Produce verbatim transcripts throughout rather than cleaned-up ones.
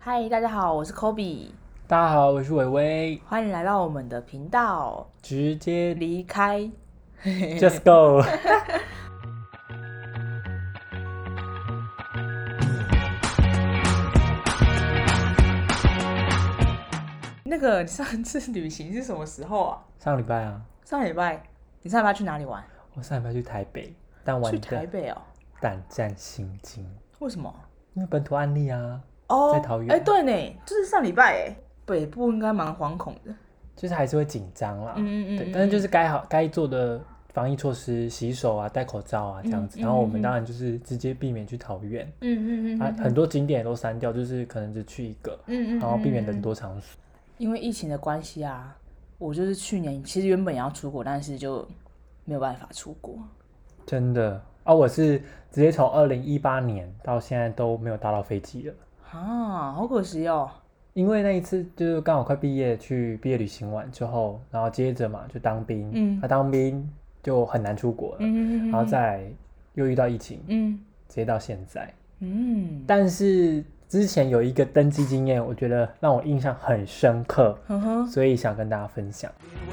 嗨，大家好，我是 Kobe。 大家好，我是伟伟， 欢迎来到我们的频道。 直接离开 ，Just go 。 那个上次旅行是什么时候啊？ 上礼拜啊， 上礼拜，你上礼拜去哪里玩？ 我上礼拜去台北，但玩去的台北哦。 胆战心惊， 为什么？ 因为本土案例啊， 哦， 在桃园。 哎，对呢，就是上礼拜哎，北部应该蛮惶恐的， 就是还是会紧张啦， 嗯嗯嗯对， 嗯但是就是该好该做的防疫措施，洗手啊，戴口罩啊这样子。 嗯嗯然后我们嗯当然就是直接避免去桃园， 嗯嗯嗯啊， 嗯， 很多景点也都删掉，就是可能只去一个， 嗯嗯， 然后避免人多场所。 因为疫情的关系啊，我就是去年其实原本也要出国，但是就没有办法出国。 真的啊，我是直接从二零一八年到现在都没有搭到飞机了。 啊，好可惜哦。 因为那一次就是刚好快毕业，去毕业旅行完之后，然后接着嘛就当兵， 嗯， 他、啊、当兵就很难出国了， 嗯， 然后再来又遇到疫情， 嗯， 直接到现在， 嗯， 但是之前有一个登机经验，我觉得让我印象很深刻， 呵呵， 所以想跟大家分享。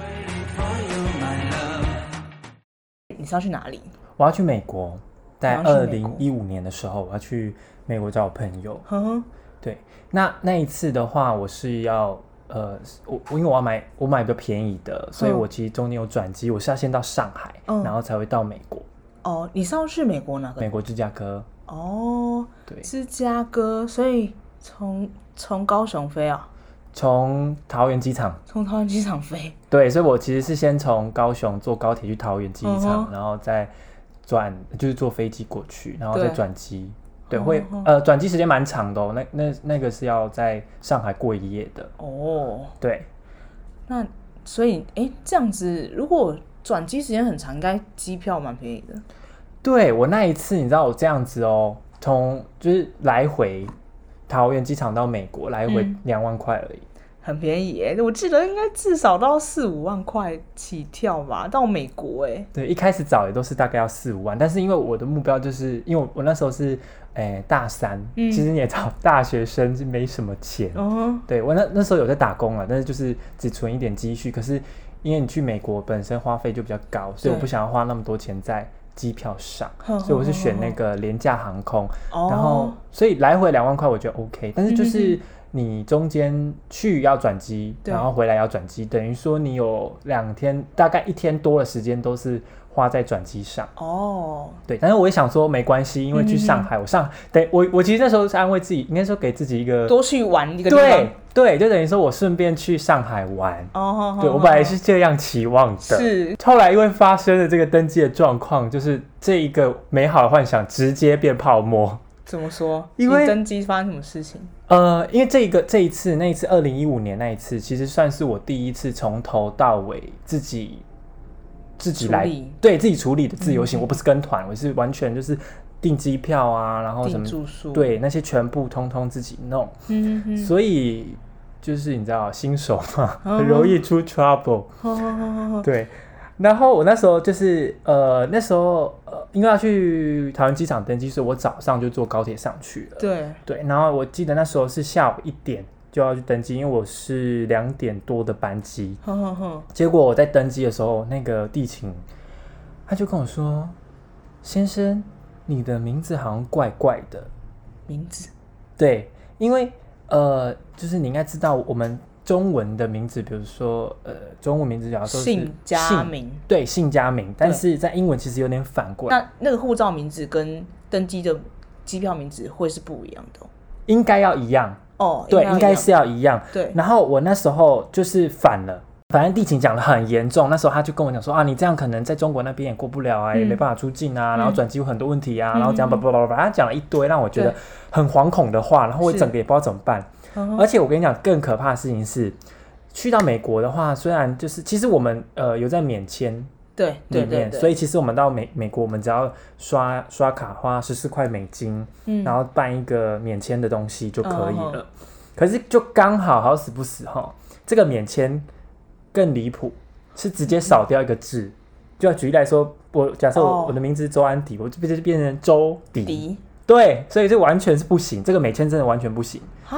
你是要去哪里？ 我要去美国，在你要二去美国零一五年的时候，我要去美国找我朋友。 呵呵， 对，那那一次的话，我是要呃，我因为我要买我买比较便宜的，所以我其实中间有转机，我是要先到上海， 嗯然后才会到美国， 哦，你是要去美国哪个？ 美国芝加哥。 哦， 对， 芝加哥，所以从从高雄飞啊， 从桃园机场。 从桃园机场飞。 对，所以我其实是先从高雄坐高铁去桃园机场， 嗯哼然后再转就是坐飞机过去，然后再对转机。对， 嗯会哼呃转机时间蛮长的哦，那那那个是要在上海过一夜的。 哦， 对， 那所以哎，这样子如果转机时间很长，应该机票蛮便宜的。 对我那一次，你知道我这样子哦，从就是来回桃园机场到美国，来回嗯两万块而已。 很便宜耶，我记得应该至少到四五万块起跳吧，到美国哎。 对，一开始找也都是大概要四五万，但是因为我的目标就是因为我我那时候是诶大三， 嗯其实你也知道大学生是没什么钱， 嗯对我那那时候有在打工了，但是就是只存一点积蓄，可是因为你去美国本身花费就比较高，所以我不想要花那么多钱在机票上， 呵所以我是选那个廉价航空， 哦然后所以来回两万块我觉得 OK， 但是就嗯是你中间去要转机， 对然后回来要转机，等于说你有两天大概一天多的时间都是花在转机上。 哦， 对，但是我也想说没关系，因为去上海，我上等我我其实那时候是安慰自己，应该说给自己一个多去玩一个地方。 对对，就等于说我顺便去上海玩。 哦， 对，我本来是这样期望的， 是后来因为发生了这个登机的状况，就是这一个美好的幻想直接变泡沫。 怎么说？ 因为你登机发生什么事情？ 呃，因为这一个这一次那一次二零一五年那一次，其实算是我第一次从头到尾自己自己来处理对自己处理的自由行， 嗯我不是跟团，我是完全就是订机票啊，然后什么订住宿对那些全部通通自己弄， 嗯哼所以就是你知道新手嘛， 嗯很容易出 trouble，、 哼，呵呵呵呵对。然后我那时候就是呃那时候呃因为要去桃园机场登机，所以我早上就坐高铁上去了。 对， 对，然后我记得那时候是下午一点就要去登机，因为我是两点多的班机。 呵呵呵， 结果我在登机的时候，那个地勤他就跟我说：“先生，你的名字好像怪怪的。 名字” 对，因为呃，就是你应该知道我们中文的名字，比如说呃，中文名字假如说是姓加名， 对，姓加名，但是在英文其实有点反过来， 那那个护照名字跟登机的机票名字会是不一样的哦。 应该要一样。 哦， 对， 要一样应该是要一样。 对， 然后我那时候就是反了，反正地勤讲的很严重，那时候他就跟我讲说啊，你这样可能在中国那边也过不了啊， 嗯也没办法出境啊，然后转机有很多问题啊， 嗯然后讲叭叭叭叭，他讲了一堆让我觉得对很惶恐的话，然后我是整个也不知道怎么办。 嗯哼而且我跟你讲，更可怕的事情是，去到美国的话，虽然就是其实我们呃有在免签对对里面， 对对， 所以其实我们到美美国，我们只要刷刷卡花十四块美金， 嗯然后办一个免签的东西就可以了。 嗯可是就刚好好死不死哈，这个免签更离谱，是直接少掉一个字。就要举例来说，我假设我,、 哦我的名字是周安迪，我就变变成周迪。 迪对，所以这完全是不行，这个免签真的完全不行。 啊，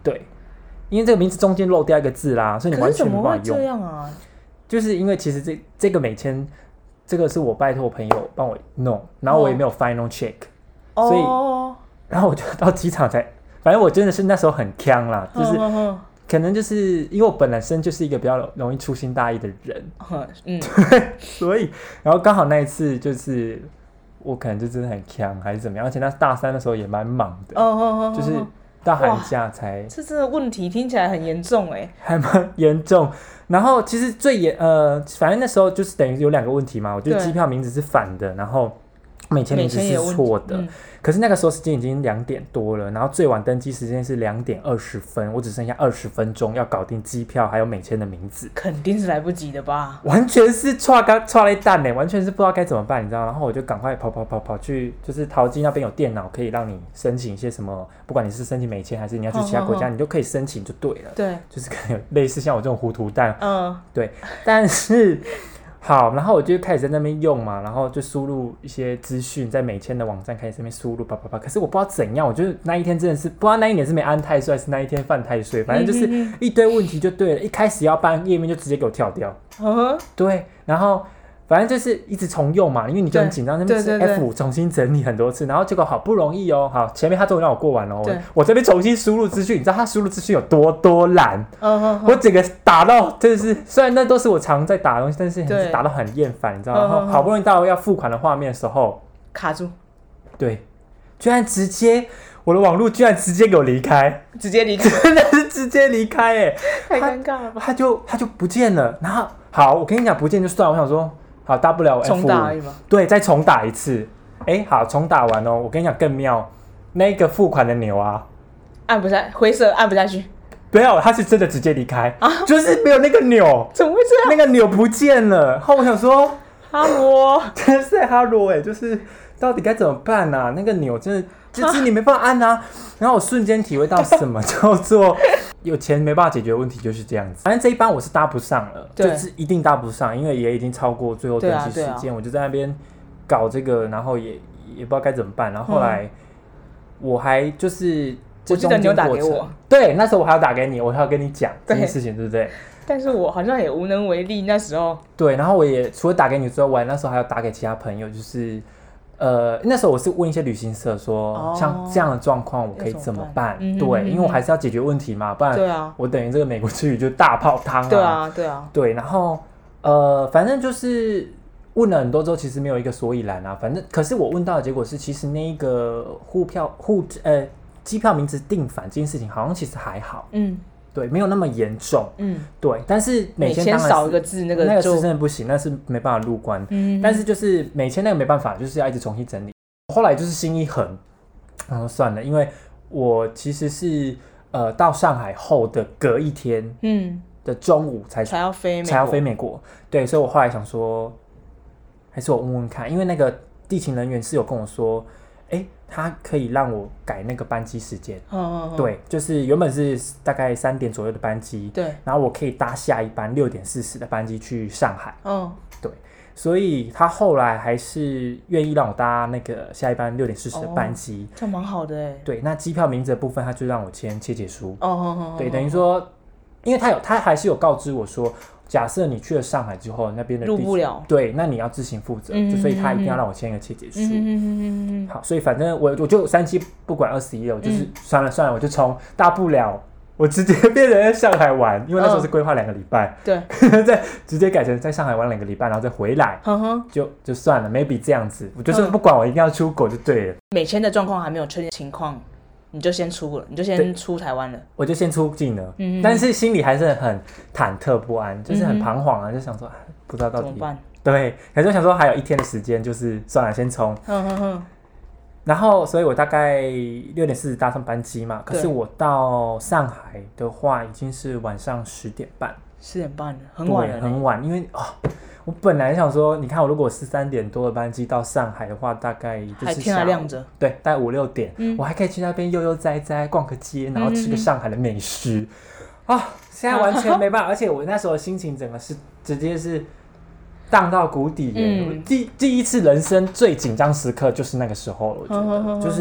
对，因为这个名字中间漏掉一个字啦，所以你完全没办法用。 可是怎么会这样啊？ 就是因为其实这这个美签，这个是我拜托我朋友帮我弄，然后我也没有 final check，、哦、所以然后我就到机场才，反正我真的是那时候很呛啦，就是。哦哦可能就是因为我本身就是一个比较容易粗心大意的人，嗯，对，所以然后刚好那一次就是我可能就真的很强还是怎么样，而且那大三的时候也蛮忙的，哦哦哦，就是到寒假才， 这这个问题听起来很严重哎， 还蛮严重。然后其实最严呃，反正那时候就是等于有两个问题嘛，我觉得机票名字是反的，然后美签名字是错的。可是那个时候时间已经两点多了，然后最晚登机时间是两点二十分，我只剩下二十分钟要搞定机票还有美签的名字， 肯定是来不及的吧？ 完全是错刚错了一蛋呢，完全是不知道该怎么办，你知道？然后我就赶快跑跑跑跑去，就是淘机那边有电脑可以让你申请一些什么，不管你是申请美签还是你要去其他国家，哦哦哦你都可以申请就对了。 对， 就是可能有类似像我这种糊涂蛋，嗯，对，但是。好，然后我就开始在那边用嘛，然后就输入一些资讯，在美签的网站开始在那边输入，啪啪啪。可是我不知道怎样，我觉得那一天真的是不知道那一年是没安太岁，还是那一天犯太岁，反正就是一堆问题就对了。一开始要办页面就直接给我跳掉，嗯、对，然后反正就是一直重用嘛，因为你就很紧张，那边是 F 重新整理很多次，然后结果好不容易哦，好前面他终于让我过完了、哦，我这边重新输入资讯，你知道他输入资讯有多多懒，嗯嗯、我整个打到真的是，虽然那都是我常在打的东西，但是还是打到很厌烦，你知道吗？然后好不容易到要付款的画面的时候卡住， 对，居然直接我的网络居然直接给我离开， 直接离开， 真的是直接离开哎、 欸，太尴尬了吧？ 他就他就不见了，然后好，我跟你讲不见就算了，我想说。好，大不了我 F 五，重打而已吗？ 对，再重打一次。哎，好，重打完哦。我跟你讲更妙，那个付款的钮啊， 按不下，灰色按不下去。 没有，他是真的直接离开，啊、就是没有那个钮。 怎么会这样？ 那个钮不见了。然后我想说， 哈罗， 真的是哈罗哎，就是到底该怎么办啊？那个钮真的就是你没办法按啊。然后我瞬间体会到什么叫做。有钱没办法解决的问题就是这样子，反正这一班我是搭不上了，就是一定搭不上，因为也已经超过最后登记时间、啊啊，我就在那边搞这个，然后也也不知道该怎么办，然后后来我还就是我记得你有打给我， 对，那时候我还要打给你，我还要跟你讲这件事情，对不对？ 但是我好像也无能为力那时候。 对，然后我也除了打给你之外，我那时候还要打给其他朋友，就是。呃，那时候我是问一些旅行社说，哦、像这样的状况我可以怎么办？嗯、对、嗯，因为我还是要解决问题嘛，不然我等于这个美国之旅就大泡汤啊。 对啊，对啊， 对。然后呃，反正就是问了很多之后，其实没有一个所以然啊。反正可是我问到的结果是，其实那个护票护呃机票名字订反这件事情，好像其实还好。嗯。对，没有那么严重，嗯，对，但是美签当然是少一个字，那个那个字真的不行，那是没办法入关。嗯，但是就是美签那个没办法，就是要一直重新整理。后来就是心一横，然后算了，因为我其实是呃到上海后的隔一天，嗯的中午才才要飞才要飞美国，对，所以我后来想说，还是我问问看，因为那个地勤人员是有跟我说。哎，他可以让我改那个班机时间，哦哦哦对，就是原本是大概三点左右的班机，对，然后我可以搭下一班六点四十的班机去上海，哦，对，所以他后来还是愿意让我搭那个下一班六点四十的班机， 这蛮好的哎， 对，那机票名字的部分他就让我签切结书，哦哦哦，对，等于说，因为他有他还是有告知我说。假设你去了上海之后，那边的入不了， 对，那你要自行负责，嗯、就所以他一定要让我签一个切结书。嗯、好，所以反正我我就三七不管二十一了，我就是、嗯、算了算了，我就从大不了我直接变成在上海玩，因为那时候是规划两个礼拜， 对， 再直接改成在上海玩两个礼拜，然后再回来，嗯、就就算了 ，maybe 这样子，我就是不管我一定要出国就对了。 美签的状况还没有确定情况。你就先出了，你就先出台湾了， 我就先出境了，嗯、但是心里还是很忐忑不安，就是很彷徨啊，嗯、就想说不知道到底怎么办。对，可是我想说还有一天的时间，就是算了，先冲。然后，所以我大概六点四十搭上班机嘛，可是我到上海的话已经是晚上十点半。 十点半了，很晚了， 很晚，因为哦。我本来想说，你看我如果是三点多的班机到上海的话，大概就是天还亮着， 对，大概五六点、嗯，我还可以去那边悠悠哉哉逛个街，然后吃个上海的美食。啊、嗯哦，现在完全没办法，而且我那时候的心情整个是直接是荡到谷底耶。嗯、第第一次人生最紧张时刻就是那个时候了，我觉得、嗯、就是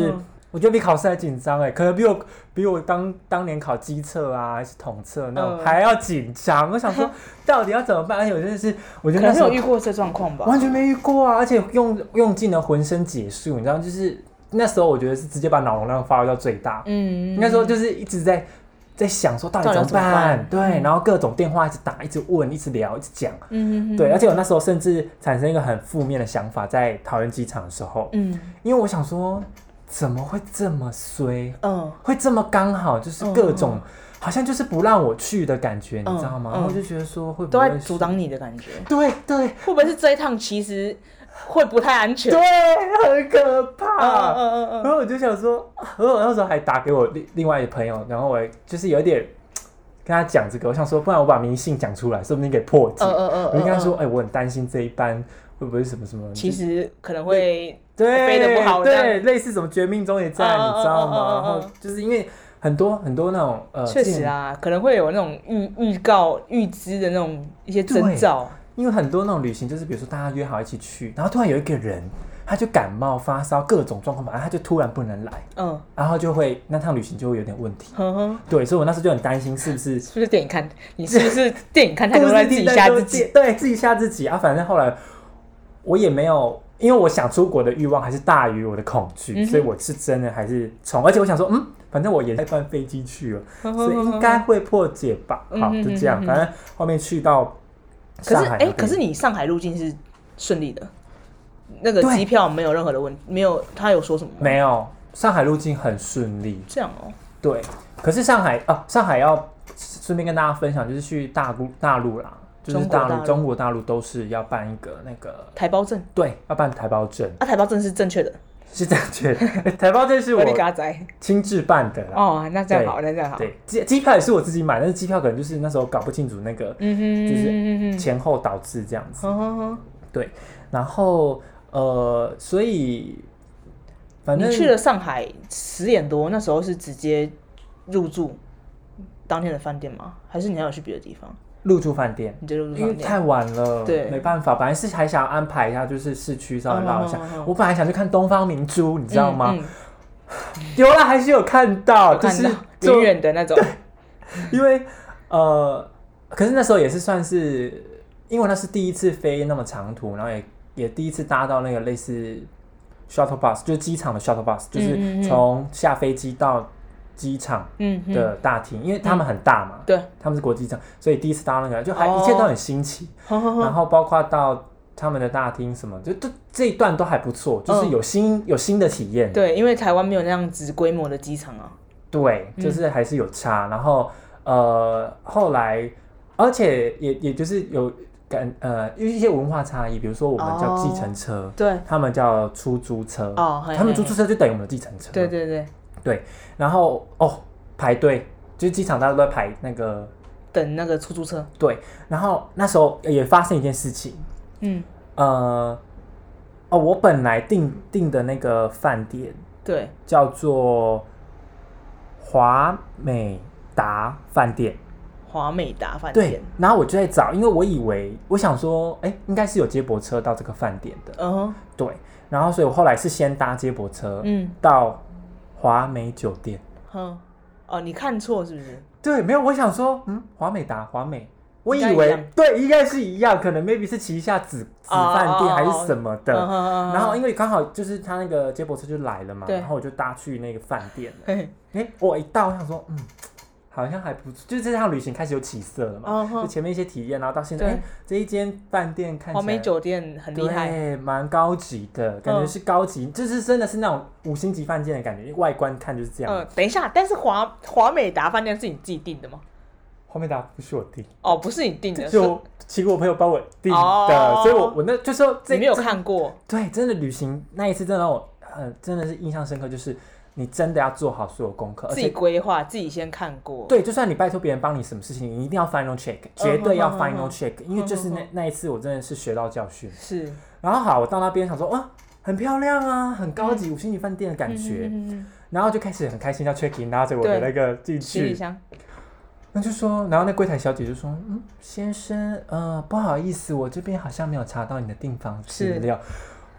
我觉得比考试还紧张哎，可能比我比我当当年考基测啊还是统测那种、嗯、还要紧张。我想说到底要怎么办？而且我真的是，我觉得那时候可能有遇过这状况吧， 完全没遇过啊！而且用用尽了浑身解数，你知道，就是那时候我觉得是直接把脑容量发挥到最大。嗯，那时候就是一直在在想说到底怎么办？么办对、嗯，然后各种电话一直打，一直问，一直聊，一直讲。嗯对，而且我那时候甚至产生一个很负面的想法，在桃园机场的时候，嗯，因为我想说。怎么会这么衰？嗯，会这么刚好，就是各种、嗯、好像就是不让我去的感觉，嗯、你知道吗？嗯、然后我就觉得说会不会都在阻挡你的感觉？ 对对， 会不会是这一趟其实会不太安全？ 对，很可怕。嗯嗯嗯嗯。然后我就想说，我那时候还打给我另另外一个朋友，然后我就是有点跟他讲这个，我想说，不然我把迷信讲出来，说不定可以破解。嗯嗯嗯。我就跟他说，哎、欸，我很担心这一班会不会什么什么， 其实可能会。对，飞得不好， 对，类似什么绝命终结站，你知道吗？然后就是因为很多很多那种呃， 确实啊，可能会有那种预预告、预知的那种一些征兆。 因为很多那种旅行，就是比如说大家约好一起去，然后突然有一个人他就感冒发烧，各种状况，反正他就突然不能来，嗯，然后就会那趟旅行就会有点问题。呵呵对，所以我那时候就很担心，是不是是不是电影看？你是不是电影看太多，在自己吓自己？ 对，自己吓自己啊！反正后来我也没有。因为我想出国的欲望还是大于我的恐惧、嗯，所以我是真的还是冲，而且我想说，嗯，反正我也在办飞机去了、嗯，所以应该会破解吧。嗯、好，就这样，反正后面去到上海。 可是，哎、欸，可是你上海入境是顺利的，那个机票没有任何的问题，没有，他有说什么吗？ 没有，上海入境很顺利。 这样哦。 对，可是上海啊，上海要顺便跟大家分享，就是去大陆大陆啦。就是大陆，中国大陆都是要办一个那个台胞证， 对，要办台胞证。 啊，台胞证是正确的， 是正确的。台胞证是我亲自办的啦。 哦，那这样好，那这样好。 对，机机票也是我自己买，但是机票可能就是那时候搞不清楚那个，嗯、就是前后导致这样子。嗯、对，然后呃，所以反正你去了上海十点多，那时候是直接入住当天的饭店吗？还是你还有去别的地方？ 入住饭店， 因为太晚了，对，没办法。本来是还想安排一下，就是市区稍微绕一下。Oh, oh, oh. 我本来想去看东方明珠，你知道吗？嗯嗯、有啦，还是有看到， 有看到就是远远的那种。 因为呃，可是那时候也是算是，因为那是第一次飞那么长途，然后也也第一次搭到那个类似 shuttle bus， 就是机场的 shuttle bus， 就是从下飞机到机场的大厅、嗯，因为他们很大嘛，对、嗯，他们是国际场，所以第一次搭那个就还、哦、一切都很新奇，哦、然后包括到他们的大厅什么，就都这一段都还不错，就是有新、嗯、有新的体验。 对，因为台湾没有那样子规模的机场啊。 对，就是还是有差。嗯、然后呃，后来而且也也就是有感呃一些文化差异，比如说我们叫计程车，哦、对，他们叫出租车，哦，他们出租车就等于我们的计程车。 对对对。 对，然后哦，排队，就是机场大家都在排那个等那个出租车。 对，然后那时候也发生一件事情，嗯，呃，哦，我本来订订的那个饭店， 对， 叫做华美达饭店。 华美达饭店。 对，然后我就在找，因为我以为我想说，哎，应该是有接驳车到这个饭店的，嗯哼，对，然后所以我后来是先搭接驳车，嗯，到华美酒店。 哼，哦，你看错是不是？ 对，没有，我想说，嗯，华美达、华美，我以为对，应该是一样，可能 maybe 是旗下子子饭店还是什么的。Oh, oh, oh, oh. 然后因为刚好就是他那个接驳车就来了嘛，然后我就搭去那个饭店了。哎、欸，我一到，我想说，嗯。好像还不错，就是这趟旅行开始有起色了嘛， uh-huh. 就前面一些体验，然后到现在，欸、这一间饭店看起来华美酒店很厉害， 对，蛮高级的，感觉是高级，嗯、就是真的是那种五星级饭店的感觉，外观看就是这样。 嗯，等一下，但是华华美达饭店是你自己订的吗？ 华美达不是我订， 哦，不是你订的， 就请我朋友帮我订的，哦、所以我我那就说你没有看过， 对，真的旅行那一次真的让我，呃，真的是印象深刻，就是。你真的要做好所有功课， 自己规划，自己先看过。 对，就算你拜托别人帮你什么事情，你一定要 final check， 绝对要 final check，、嗯、因为就是那、嗯、那一次我真的是学到教训。是。然后好，我到那边想说，哇，很漂亮啊，很高级，五星级饭店的感觉、嗯。然后就开始很开心要 check in， 拿着我的那个进去。行李箱。那就说，然后那柜台小姐就说，嗯，先生，呃，不好意思，我这边好像没有查到你的订房资料。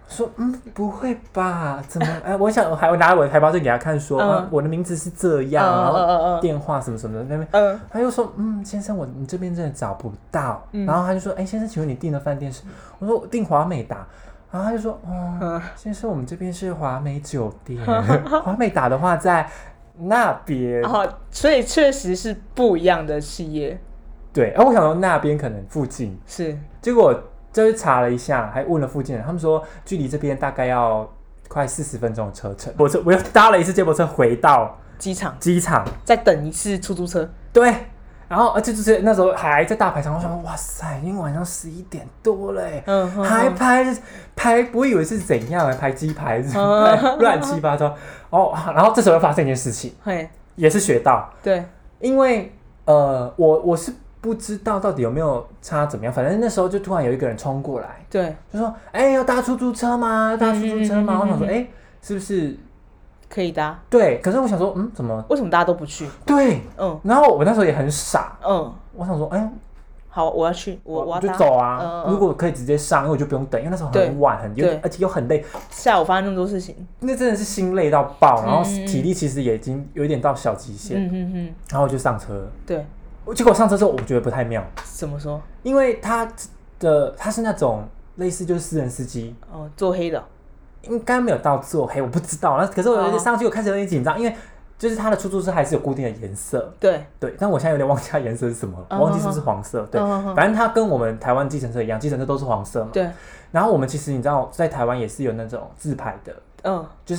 说嗯不会吧？怎么哎？我想还我拿我的台胞证给他看说，嗯嗯、我的名字是这样，嗯、然后电话什么什么的那边，嗯、他又说嗯先生我你这边真的找不到，嗯、然后他就说哎先生请问你订的饭店是？我说我订华美达，然后他就说哦、嗯、先生我们这边是华美酒店，华美达的话在那边， 哦，所以确实是不一样的企业。 对，而我想说那边可能附近是， 结果。就是查了一下，还问了附近人，他们说距离这边大概要快四十分钟的车程。我我又搭了一次接驳车回到机场， 机场再等一次出租车。 对，然后而且就是那时候还在大排场，我想说哇塞，已经晚上十一点多了，嗯，还拍拍，我以为是怎样拍鸡排，嗯、乱七八糟。哦，然后这时候又发生一件事情，也是学到， 对， 因为呃，我我是。不知道到底有没有差怎么样，反正那时候就突然有一个人冲过来， 对， 就说：“哎、欸，要搭出租车吗？搭出租车吗？”嗯、我想说：“哎、欸，是不是可以搭？” 对，可是我想说：“嗯，怎么？ 为什么大家都不去？” 对，嗯。然后我那时候也很傻，嗯，我想说：“哎、欸， 好，我要去，我我要就走啊！嗯嗯如果可以直接上，因为我就不用等，因为那时候很晚，很有，而且又很累。 下午发生那么多事情， 那真的是心累到爆，然后体力其实也已经有一点到小极限，嗯嗯嗯。然后我就上车了， 对。 结果上车之后，我觉得不太妙。 怎么说？ 因为他的他是那种类似就是私人司机哦，做黑的， 应该没有到做黑，我不知道。那可是我有点上去，我开始有点紧张，因为就是他的出租车还是有固定的颜色。 对对，但我现在有点忘记它颜色是什么了，我忘记是不是黄色。对，反正它跟我们台湾计程车一样，计程车都是黄色嘛。 对。 然后我们其实你知道，在台湾也是有那种自排的，嗯，就是。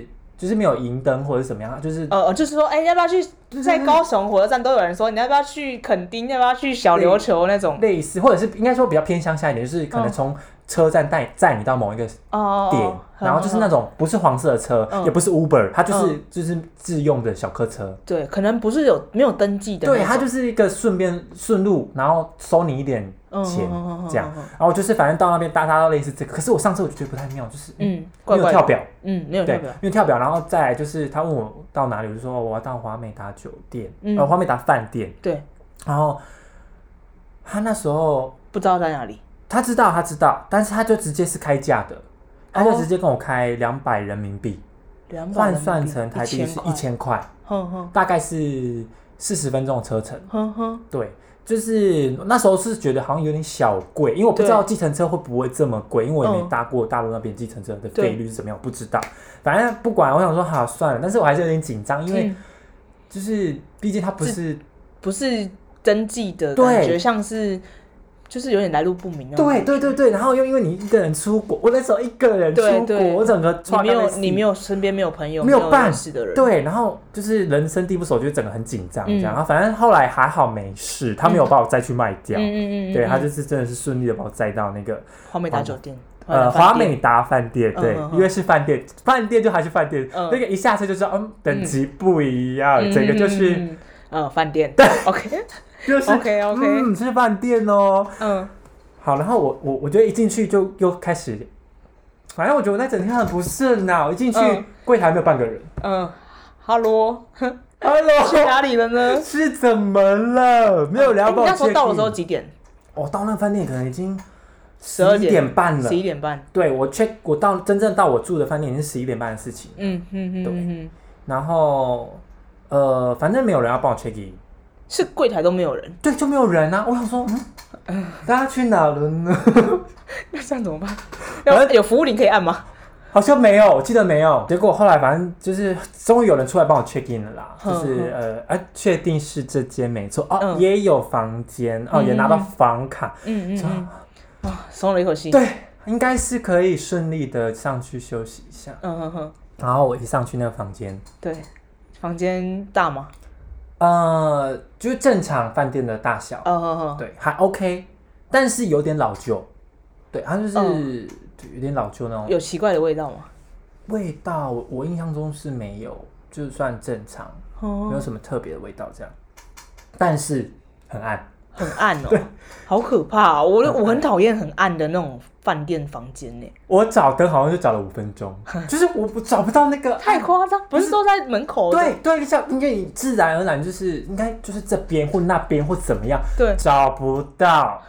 就是没有银灯或者是怎么样，就是呃，就是说，哎、欸，要不要去在高雄火车站都有人说，你要不要去垦丁，要不要去小琉球那种类似，或者是应该说比较偏乡下一点，就是可能从车站带载你到某一个点，哦、然后就是那种不是黄色的车，嗯、也不是 Uber， 它就是、嗯、就是自用的小客车。 对，可能不是有没有登记的那种。 对，它就是一个顺便顺路，然后收你一点钱、嗯、这样。然后就是反正到那边搭搭到类似这个，可是我上次我就觉得不太妙，就是嗯，怪怪没有跳表， 嗯，没有跳表， 没有跳表。然后再来就是他问我到哪里，我就说我要到华美达酒店，嗯、呃，华美达饭店。 对， 然后他那时候不知道在哪里。 他知道，他知道，但是他就直接是开价的，他就直接跟我开两百人民币，换算成台币是一千块，大概是四十分钟的车程。呵呵对，就是那时候是觉得好像有点小贵，因为我不知道计程车会不会这么贵，因为我也没搭过大陆那边计程车的费率是怎么样，我不知道。反正不管，我想说好算了，但是我还是有点紧张，因为就是毕竟它不是不是登记的感觉，像是。就是有点来路不明那种感觉。 对对对对，然后又因为你一个人出国，我那时候一个人出国，对对我整个你没有你没有身边没有朋友， 没有认识的人， 对，然后就是人生地不熟，就整个很紧张这样。嗯、然后反正后来还好没事，他没有把我再去卖掉，嗯嗯嗯对他就是真的是顺利的把我载到那个华美达酒店， 呃华美达饭店，对，嗯、因为是饭店，饭店就还是饭店，嗯、那个一下车就知道，嗯，等级不一样，嗯、整个就是呃饭店， 对 ，OK。 就是 OK OK， 嗯，是饭店哦。嗯，好，然后我我我觉得一进去就又开始，反正我觉得我那整天很不顺呐。我一进去，嗯、柜台没有半个人。 嗯 ，Hello，Hello， 去哪里了呢？ 是怎么了？没有人要帮我 check in。你那时候到的时候几点？ 我到那饭店可能已经十一点半了。 十一点半。 对，我 check， 我到真正到我住的饭店已经是十一点半的事情。嗯嗯嗯，对。嗯、然后呃，反正没有人要帮我 check in。 是柜台都没有人， 对，就没有人啊！我想说，嗯，大家去哪了呢？ 那这样怎么办？有有服务铃可以按吗？ 好像没有，我记得没有。结果后来反正就是终于有人出来帮我 check in 了啦，就是呃，啊，确定是这间没错哦，嗯、也有房间哦，嗯、也拿到房卡，嗯嗯嗯， 啊，松了一口气。 对，应该是可以顺利的上去休息一下。嗯哼哼。然后我一上去那个房间， 对，房间大吗？ 呃，就是正常饭店的大小，哦哦哦对，还 OK， 但是有点老旧，对，它就是、哦、有点老旧那种。 有奇怪的味道吗？ 味道我印象中是没有，就算正常，哦、没有什么特别的味道这样，但是很暗， 很暗哦，好可怕哦！我我很讨厌很暗的那种饭店房间呢。 我找灯好像就找了五分钟，就是我找不到那个， 太夸张，不是都在门口？ 对对，像因为你自然而然就是应该就是这边或那边或怎么样， 对， 找不到，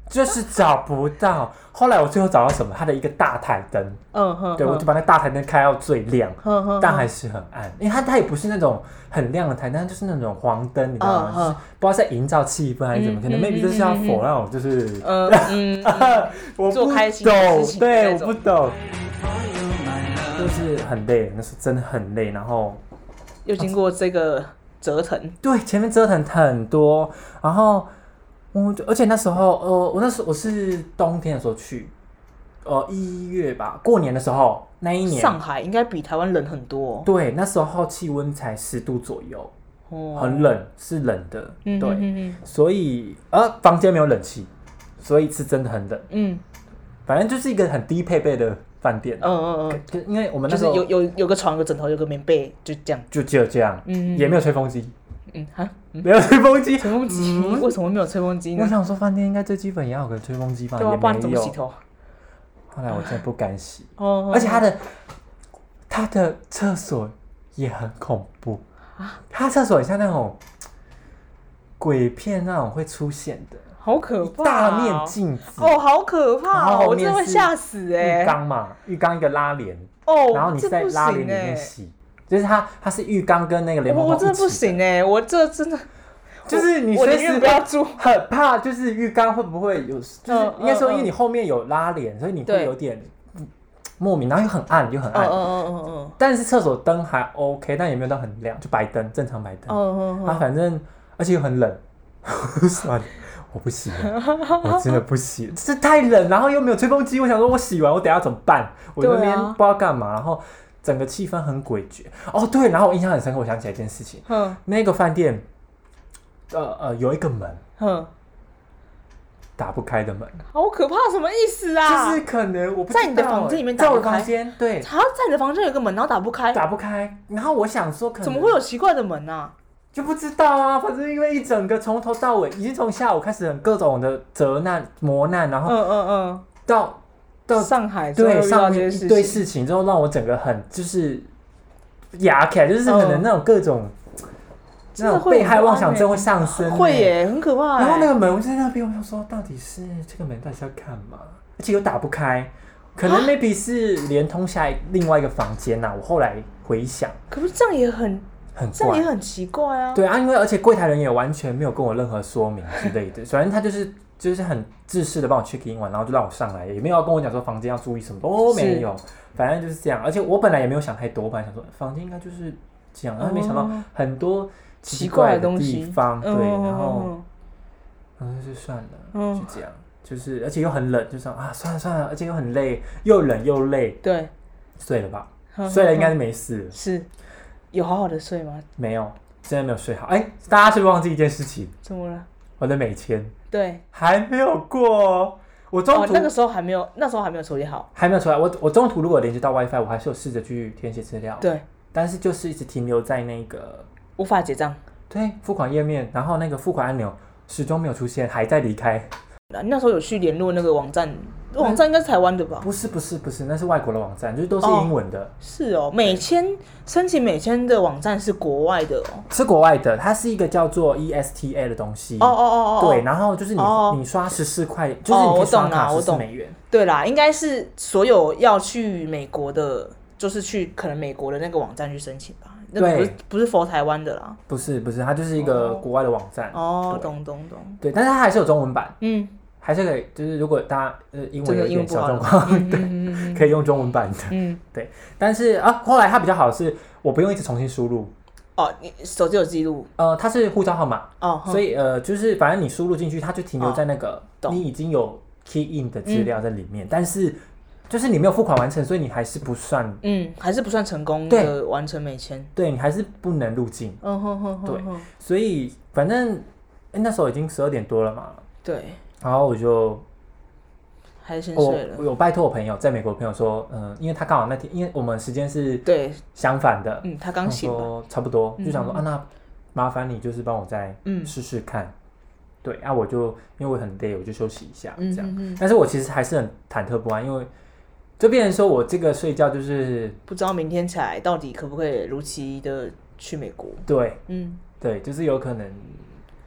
就是找不到。后来我最后找到什么？它的一个大台灯，嗯哼，对，我就把那大台灯开到最亮，嗯但还是很暗，因为它它也不是那种很亮的台灯，就是那种黄灯，你知道吗？就是不知道在营造气氛还是怎么，可能 maybe 就是要否那种就是，嗯嗯，我不懂，对，我不懂，就是很累，那时候真的很累，然后又经过这个折腾， 对，前面折腾很多，然后。我而且那时候，呃，我那时候我是冬天的时候去，呃，一月吧，过年的时候那一年， 上海应该比台湾冷很多、哦。 对，那时候气温才十度左右，哦、很冷，是冷的，嗯、对，嗯、所以呃，房间没有冷气，所以是真的很冷，嗯，反正就是一个很低配备的饭店，嗯嗯嗯，因为我们那时候就是有有有个床、有个枕头、有个棉被，就这样， 就只有这样，嗯，也没有吹风机。 嗯哈， 没有吹风机， 吹风机、嗯、为什么没有吹风机呢？ 我想说饭店应该最基本也要有个吹风机吧， 对啊， 也不然怎么洗头？ 后来我真的不敢洗，哦，而且他的他的厕所也很恐怖啊，他厕所很像那种鬼片那种会出现的， 好可怕、哦， 大面镜子哦，好可怕、哦，我真的会吓死哎、 欸！浴缸嘛，浴缸一个拉帘哦，然后你在拉帘里面洗。就是它，它是浴缸跟那个莲蓬头一起的。 我真的不行哎、欸，我这真的就是你随时不要住，很怕就是浴缸会不会有，就是应该说因为你后面有拉帘，所以你会有点莫名，然后又很暗又很暗。嗯嗯嗯嗯。但是厕所灯还 OK， 但也没有到很亮，就白灯，正常白灯。嗯嗯嗯。啊，反正而且又很冷，算了，我不洗了，我真的不洗，这太冷，然后又没有吹风机，我想说我洗完我等一下怎么办？我那边不知道干嘛，然后。整个气氛很诡谲哦，对，然后我印象很深刻，我想起来一件事情，嗯，那个饭店，呃呃，有一个门，嗯，打不开的门， 好可怕，什么意思啊？ 就是可能我不知道在你的房间里面打不开， 在我房间，对， 好像在你的房间有个门，然后打不开， 打不开，然后我想说，可能怎么会有奇怪的门啊？ 就不知道啊，反正因为一整个从头到尾，已经从下午开始很各种的责难磨难，然后，嗯嗯嗯，到。 到上海之后遇到这些事情， 一堆事情之后，让我整个很就是压起来，就是可能那种各种、嗯、那种被害妄想症会上升、欸， 会耶，很可怕、欸。 然后那个门我就在那边，我想说，到底是这个门到底是要干嘛？而且又打不开，可能 maybe 是连通下另外一个房间呐、啊。我后来回想， 可是这样也很很这样也很奇怪啊。 对啊，因为而且柜台人也完全没有跟我任何说明之类的，反正他就是。就是很自私的帮我 check in 完，然后就让我上来，也没有要跟我讲说房间要注意什么，都没有，反正就是这样。而且我本来也没有想太多，我本来想说房间应该就是这样，然后没想到很多奇怪的地方，对，然后然后就算了，就这样，就是而且又很冷，就这样啊，算了算了，而且又很累，又冷又累， 对， 睡了吧，睡了应该是没事， 是有好好的睡吗？ 没有，真的没有睡好。哎，大家是不是忘记一件事情？ 怎么了？ 我的美签对还没有过、哦，我中途、哦、 那个时候还没有，那时候还没有处理好， 还没有出来。我我中途如果连接到 WiFi， 我还是有试着去填写资料， 对， 但是就是一直停留在那个无法结账， 对，付款页面，然后那个付款按钮始终没有出现，还在离开。 那时候有去联络那个网站，网站应该是台湾的吧？ 不是不是不是，那是外国的网站，就是都是英文的。哦是哦，美签申请美签的网站是国外的哦， 是国外的，它是一个叫做 E S T A 的东西。 哦哦哦哦， 对，然后就是你、哦、你刷十四块，就是你可以刷卡十四美元。 对啦，应该是所有要去美国的，就是去可能美国的那个网站去申请吧。那个不是不是 for 台湾的啦， 不是不是，它就是一个国外的网站。 哦，懂懂懂。对， 但是它还是有中文版。嗯。还是可以，就是如果大家呃英文有一点小状况，对、嗯，可以用中文版的，嗯，对。但是啊，后来它比较好的是，我不用一直重新输入。 哦，你手机有记录？ 呃，它是护照号码，哦，所以呃，就是反正你输入进去，它就停留在那个、哦、你已经有 key in 的资料在里面，嗯、但是就是你没有付款完成，所以你还是不算， 嗯，还是不算成功的完成美签， 对你还是不能入境。嗯哼哼哼，对，所以反正、欸、那时候已经十二点多了嘛， 对。 然后我就还是先睡了。 我有拜托我朋友，在美国的朋友说，嗯，因为他刚好那天，因为我们时间是对相反的， 嗯，他刚醒说差不多，就想说、嗯、啊，那麻烦你就是帮我再试试看，嗯、对，啊，我就因为我很累，我就休息一下，这样。嗯嗯嗯但是我其实还是很忐忑不安，因为就变成说我这个睡觉就是不知道明天起来到底可不可以如期的去美国。 对，嗯，对，就是有可能。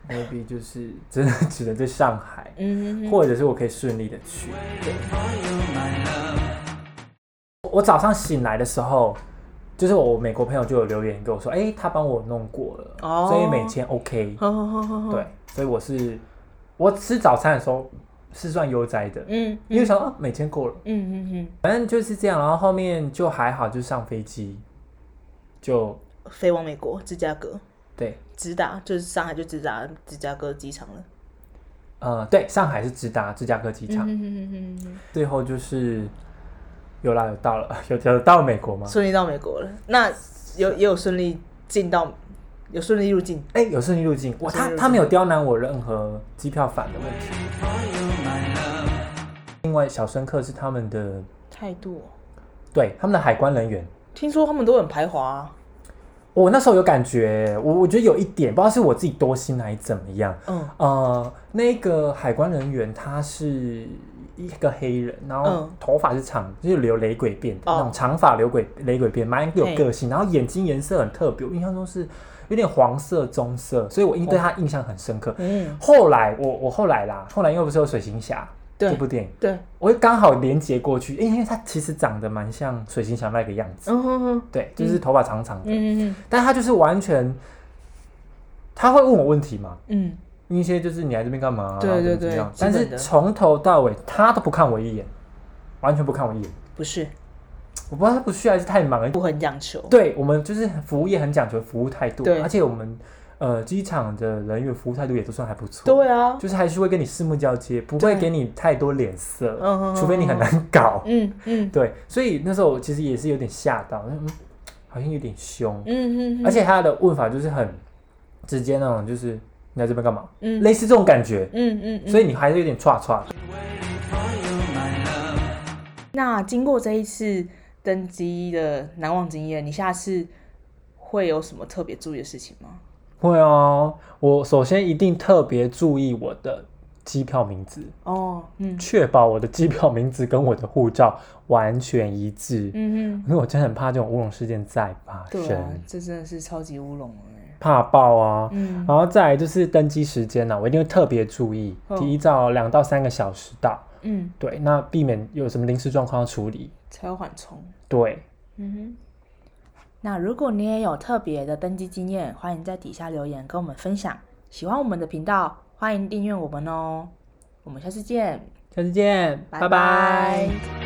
maybe 就是真的只能在上海，嗯，或者是我可以顺利的去。我早上醒来的时候，就是我美国朋友就有留言跟我说，哎、欸，他帮我弄过了，哦、所以每天 OK。对，所以我是我吃早餐的时候是算悠哉的，嗯，因为想到、啊、每天够了，嗯嗯嗯，反正就是这样，然后后面就还好，就上飞机就飞往美国芝加哥。 对， 直达就是上海就直达芝加哥机场了。 呃，对，上海是直达芝加哥机场。嗯哼哼哼哼，最后就是有啦，有到了，有有到美国吗？ 顺利到美国了。那有也有顺利进到，有顺利入境。 哎、欸，有顺利入境。哇，他他没有刁难我任何机票返的问题。另外，小深刻是他们的态度、哦，对他们的海关人员， 听说他们都很排华、啊。 我那时候有感觉，我我觉得有一点，不知道是我自己多心还是怎么样。嗯，呃，那个海关人员他是一个黑人，然后头发是长，就是留雷鬼辫的、嗯、那种长发留鬼雷鬼辫，蛮有个性，然后眼睛颜色很特别，我印象中是有点黄色棕色，所以我对他印象很深刻。嗯，后来我我后来啦，后来因为不是有水行侠。这部电影，对，我刚好连接过去，因为他其实长得蛮像水行侠那个样子，嗯哼哼，对，就是头发长长的，嗯哼，但他就是完全，他会问我问题嘛，嗯，一些就是你来这边干嘛、啊，对对对，但是从头到尾他都不看我一眼，完全不看我一眼， 不是， 我不知道他不去还是太忙了， 不很讲求， 对我们就是服务业很讲求服务态度，而且我们。呃，机场的人员服务态度也都算还不错。 对啊， 就是还是会跟你四目交接，不会给你太多脸色，嗯，除非你很难搞。嗯嗯，对，所以那时候其实也是有点吓到，嗯，好像有点凶。嗯嗯，而且他的问法就是很直接那种，就是你在这边干嘛？嗯，类似这种感觉。嗯 嗯, 嗯，所以你还是有点唰唰。 那经过这一次登机的难忘经验，你下次会有什么特别注意的事情吗？ 会哦，我首先一定特别注意我的机票名字哦，嗯，确保我的机票名字跟我的护照完全一致，嗯哼，因为我真的很怕这种乌龙事件再发生。 对啊，这真的是超级乌龙哎， 怕爆啊！嗯，然后再来就是登机时间呢、啊，我一定会特别注意，哦、提早两到三个小时到，嗯，对，那避免有什么临时状况要处理， 才有缓冲。 对， 嗯哼。那如果你也有特别的登机经验，欢迎在底下留言跟我们分享。喜欢我们的频道，欢迎订阅我们哦。我们下次见， 下次见，拜拜。拜拜。